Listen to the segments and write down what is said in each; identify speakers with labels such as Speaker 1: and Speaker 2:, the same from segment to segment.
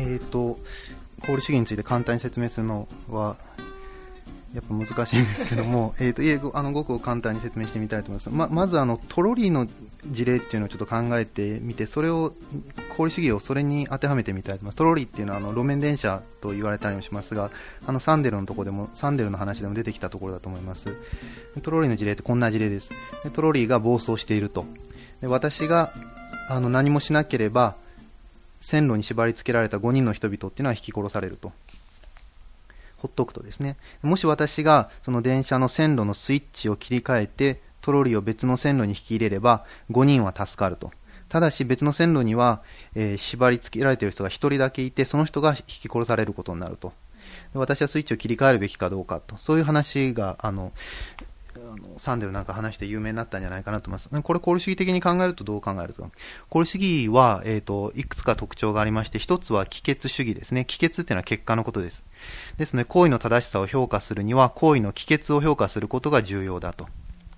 Speaker 1: 功利主義について簡単に説明するのはやっぱ難しいんですけども、ごく簡単に説明してみたいと思います。まずトロリーの事例っていうのをちょっと考えてみて、それを功利主義をそれに当てはめてみたいと思います。トロリーっていうのは路面電車と言われたりもしますが、サンデルのとこでも、サンデルの話でも出てきたところだと思います。トロリーの事例ってこんな事例です。トロリーが暴走していると。で、私が何もしなければ線路に縛り付けられた5人の人々っていうのは引き殺されると。ほっとくとですね、もし私がその電車の線路のスイッチを切り替えてトロリーを別の線路に引き入れれば5人は助かると。ただし別の線路には、縛り付けられている人が1人だけいて、その人が引き殺されることになると。私はスイッチを切り替えるべきかどうかと、そういう話がサンデルなんか話して有名になったんじゃないかなと思います。これ功利主義的に考えるとどう考えるか。功利主義は、いくつか特徴がありまして、一つは帰結主義ですね。帰結っていうのは結果のことです。ですので行為の正しさを評価するには行為の帰結を評価することが重要だと。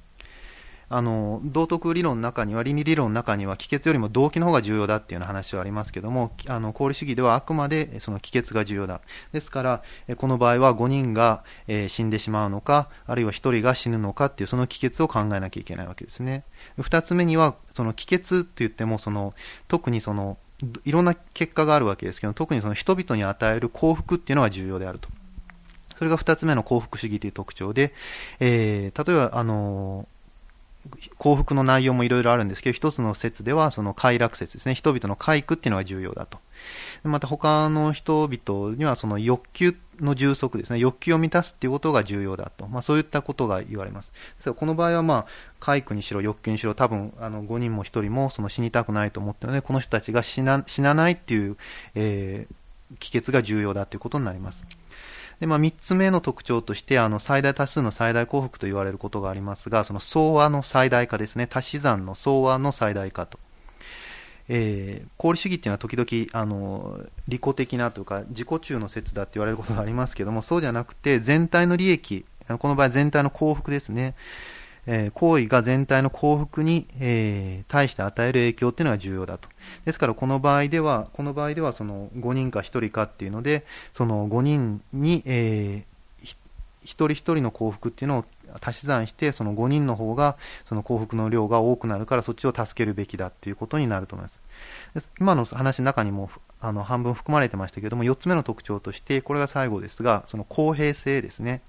Speaker 1: 道徳理論の中には、倫理理論の中には帰結よりも動機の方が重要だっていうような話はありますけども、功利主義ではあくまでその帰結が重要だ。ですからこの場合は5人が死んでしまうのか、あるいは1人が死ぬのかっていうその帰結を考えなきゃいけないわけですね。2つ目にはその帰結って言っても特にいろんな結果があるわけですけど、特にその人々に与える幸福っていうのが重要であると。それが2つ目の幸福主義という特徴で、例えば幸福の内容もいろいろあるんですけど、一つの説ではその快楽説ですね。人々の快苦っていうのが重要だと。また他の人々にはその欲求の充足ですね。欲求を満たすっていうことが重要だと。そういったことが言われます。ですからこの場合は快苦にしろ欲求にしろ、多分5人も1人も死にたくないと思っているので、この人たちが死なないっていう、帰結が重要だということになります。で3つ目の特徴として最大多数の最大幸福と言われることがありますが、その総和の最大化ですね。足し算の総和の最大化と。功利主義っていうのは時々利己的なというか自己中の説だって言われることがありますけども、そうじゃなくて全体の利益、この場合全体の幸福ですね。行為が全体の幸福に、対して与える影響っていうのが重要だと。ですからこの場合ではその5人か1人かっていうので、その5人に、一人一人の幸福っていうのを足し算して、その5人の方がその幸福の量が多くなるから、そっちを助けるべきだっていうことになると思います。今の話の中にも半分含まれてましたけども、4つ目の特徴として、これが最後ですが、その公平性ですね。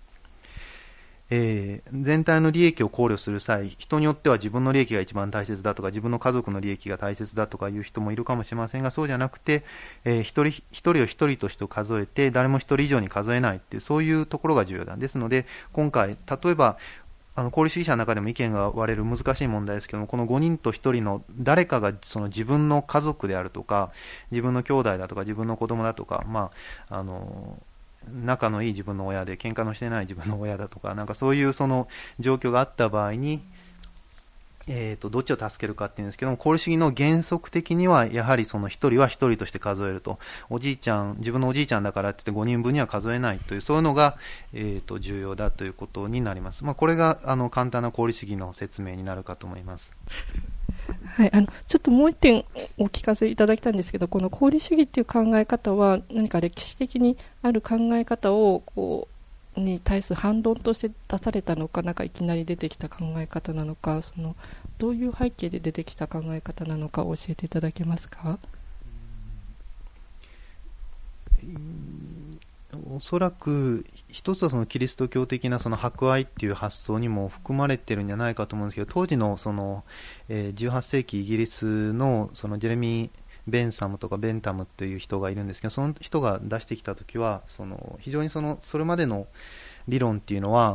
Speaker 1: 全体の利益を考慮する際、人によっては自分の利益が一番大切だとか、自分の家族の利益が大切だとかいう人もいるかもしれませんが、そうじゃなくて、一人一人を一人として数えて、誰も一人以上に数えないっていう、そういうところが重要なんですので、今回例えば功利主義者の中でも意見が割れる難しい問題ですけども、この5人と1人の誰かがその自分の家族であるとか、自分の兄弟だとか、自分の子供だとか、仲のいい自分の親で喧嘩のしてない自分の親だとか、なんかそういうその状況があった場合に、どっちを助けるかっていうんですけども、功利主義の原則的にはやはりその一人は一人として数えると。自分のおじいちゃんだからって言って5人分には数えないという、そういうのが、重要だということになります。これが簡単な功利主義の説明になるかと思います。
Speaker 2: はい、ちょっともう一点お聞かせいただきたいんですけど、この功利主義っていう考え方は何か歴史的にある考え方をに対する反論として出されたのか、なんかいきなり出てきた考え方なのか、どういう背景で出てきた考え方なのか教えていただけますか。
Speaker 1: おそらく一つはそのキリスト教的なその博愛っていう発想にも含まれてるんじゃないかと思うんですけど、当時の18世紀イギリスのそのジェレミー・ベンサムとかベンタムという人がいるんですけど、その人が出してきたときは非常にそれまでの理論っていうのは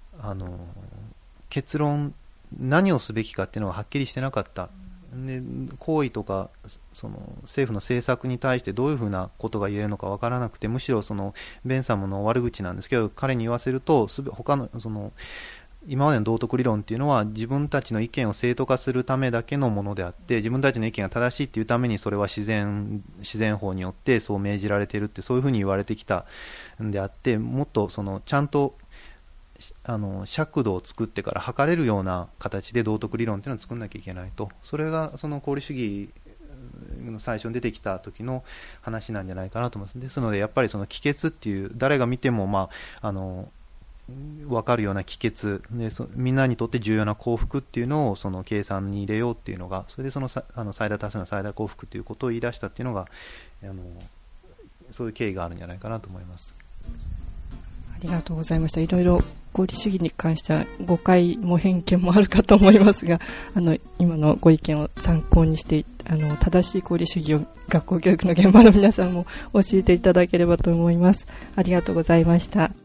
Speaker 1: 結論、何をすべきかっていうのがはっきりしてなかった。で行為とか政府の政策に対してどういうふうなことが言えるのか分からなくて、むしろベンサムの悪口なんですけど、彼に言わせると他の今までの道徳理論っていうのは自分たちの意見を正当化するためだけのものであって、自分たちの意見が正しいっていうためにそれは自然法によってそう命じられているって、そういうふうに言われてきたんであって、もっとちゃんと尺度を作ってから測れるような形で道徳理論っていうのを作んなきゃいけないと。それが功利主義最初に出てきた時の話なんじゃないかなと思います。ですのでやっぱりその帰結っていう、誰が見ても分かるような帰結で、みんなにとって重要な幸福っていうのをその計算に入れようっていうのが、それでその最大多数の最大幸福ということを言い出したっていうのがそういう経緯があるんじゃないかなと思います。
Speaker 2: ありがとうございました。いろいろ合理主義に関しては誤解も偏見もあるかと思いますが、今のご意見を参考にして正しい合理主義を学校教育の現場の皆さんも教えていただければと思います。ありがとうございました。